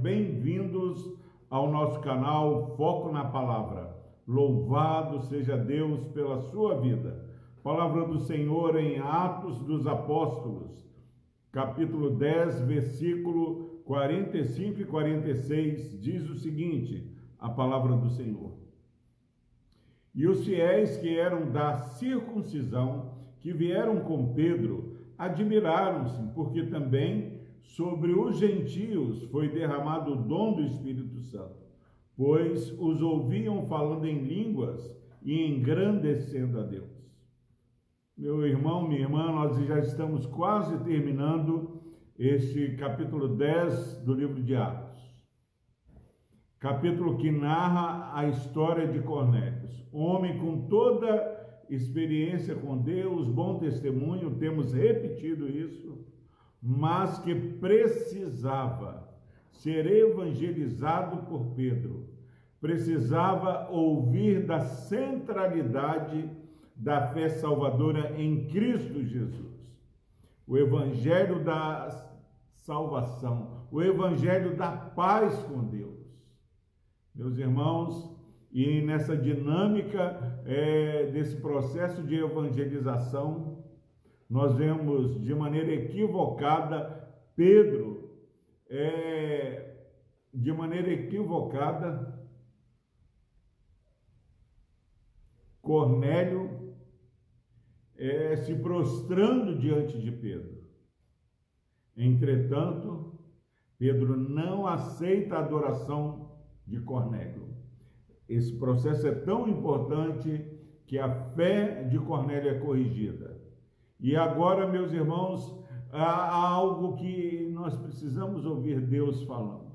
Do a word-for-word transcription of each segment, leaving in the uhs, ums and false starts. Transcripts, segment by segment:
bem-vindos ao nosso canal Foco na Palavra. Louvado seja Deus pela sua vida. Palavra do Senhor em Atos dos Apóstolos, capítulo dez, versículo quarenta e cinco e quarenta e seis, diz o seguinte, a palavra do Senhor. E os fiéis que eram da circuncisão, que vieram com Pedro, admiraram-se, porque também sobre os gentios foi derramado o dom do Espírito Santo, pois os ouviam falando em línguas e engrandecendo a Deus. Meu irmão, minha irmã, nós já estamos quase terminando este capítulo dez do livro de Atos. Capítulo que narra a história de Cornélio, homem com toda experiência com Deus, bom testemunho, temos repetido isso, mas que precisava ser evangelizado por Pedro, precisava ouvir da centralidade da fé salvadora em Cristo Jesus, o evangelho da salvação, o evangelho da paz com Deus. Meus irmãos, e nessa dinâmica é, desse processo de evangelização, nós vemos de maneira equivocada Pedro, é, de maneira equivocada, Cornélio é, se prostrando diante de Pedro. Entretanto, Pedro não aceita a adoração de Cornélio. Esse processo é tão importante que a fé de Cornélio é corrigida. E agora, meus irmãos, há algo que nós precisamos ouvir Deus falando.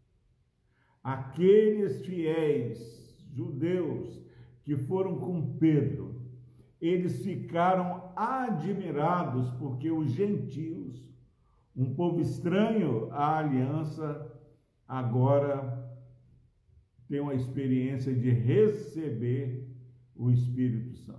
Aqueles fiéis judeus que foram com Pedro, eles ficaram admirados porque os gentios, um povo estranho à aliança, agora tem uma experiência de receber o Espírito Santo.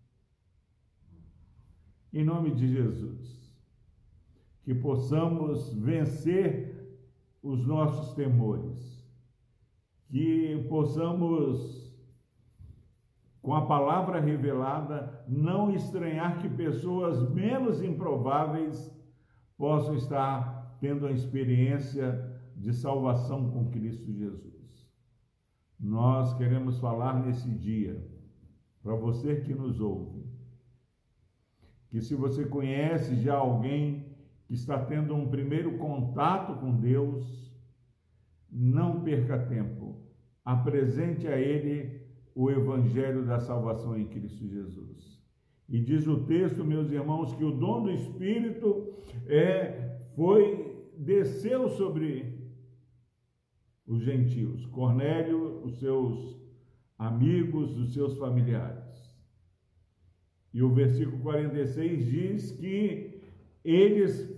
Em nome de Jesus, que possamos vencer os nossos temores, que possamos, com a palavra revelada, não estranhar que pessoas menos improváveis possam estar tendo a experiência de salvação com Cristo Jesus. Nós queremos falar nesse dia, para você que nos ouve, que se você conhece já alguém que está tendo um primeiro contato com Deus, não perca tempo, apresente a ele o evangelho da salvação em Cristo Jesus. E diz o texto, meus irmãos, que o dom do Espírito é, foi, desceu sobre os gentios, Cornélio, os seus amigos, os seus familiares. E o versículo quarenta e seis diz que eles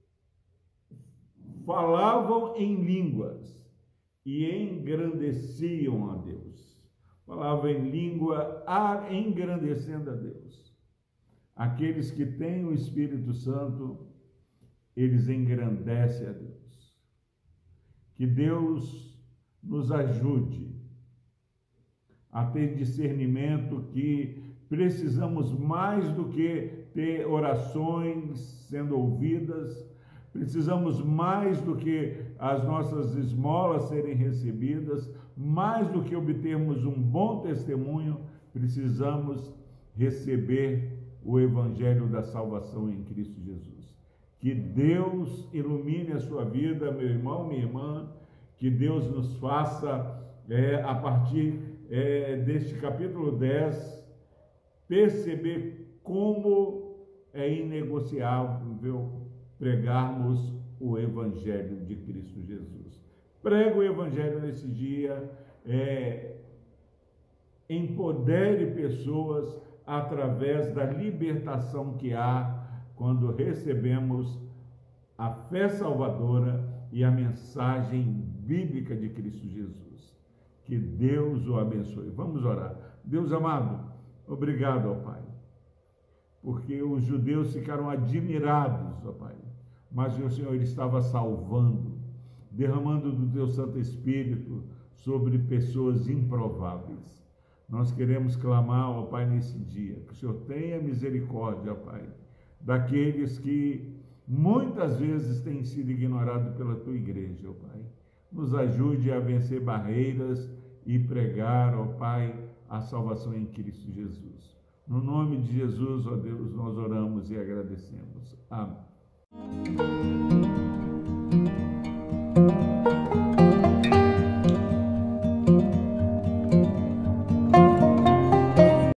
falavam em línguas e engrandeciam a Deus. Falavam em língua, engrandecendo a Deus. Aqueles que têm o Espírito Santo, eles engrandecem a Deus. Que Deus nos ajude a ter discernimento, que precisamos mais do que ter orações sendo ouvidas, precisamos mais do que as nossas esmolas serem recebidas, mais do que obtermos um bom testemunho, precisamos receber o evangelho da salvação em Cristo Jesus. Que Deus ilumine a sua vida, meu irmão, minha irmã, que Deus nos faça, é, a partir é, deste capítulo dez, perceber como é inegociável pregarmos o evangelho de Cristo Jesus. Prega o evangelho nesse dia, é, empodere pessoas através da libertação que há quando recebemos a fé salvadora e a mensagem bíblica de Cristo Jesus. Que Deus o abençoe. Vamos orar. Deus amado, obrigado, ó Pai, porque os judeus ficaram admirados, ó Pai, mas o Senhor estava salvando. derramando do teu Santo Espírito sobre pessoas improváveis. Nós queremos clamar, ó Pai, nesse dia, que o Senhor tenha misericórdia, ó Pai, daqueles que muitas vezes têm sido ignorados pela tua igreja, ó Pai. Nos ajude a vencer barreiras e pregar, ó Pai, a salvação em Cristo Jesus. No nome de Jesus, ó Deus, nós oramos e agradecemos. Amém.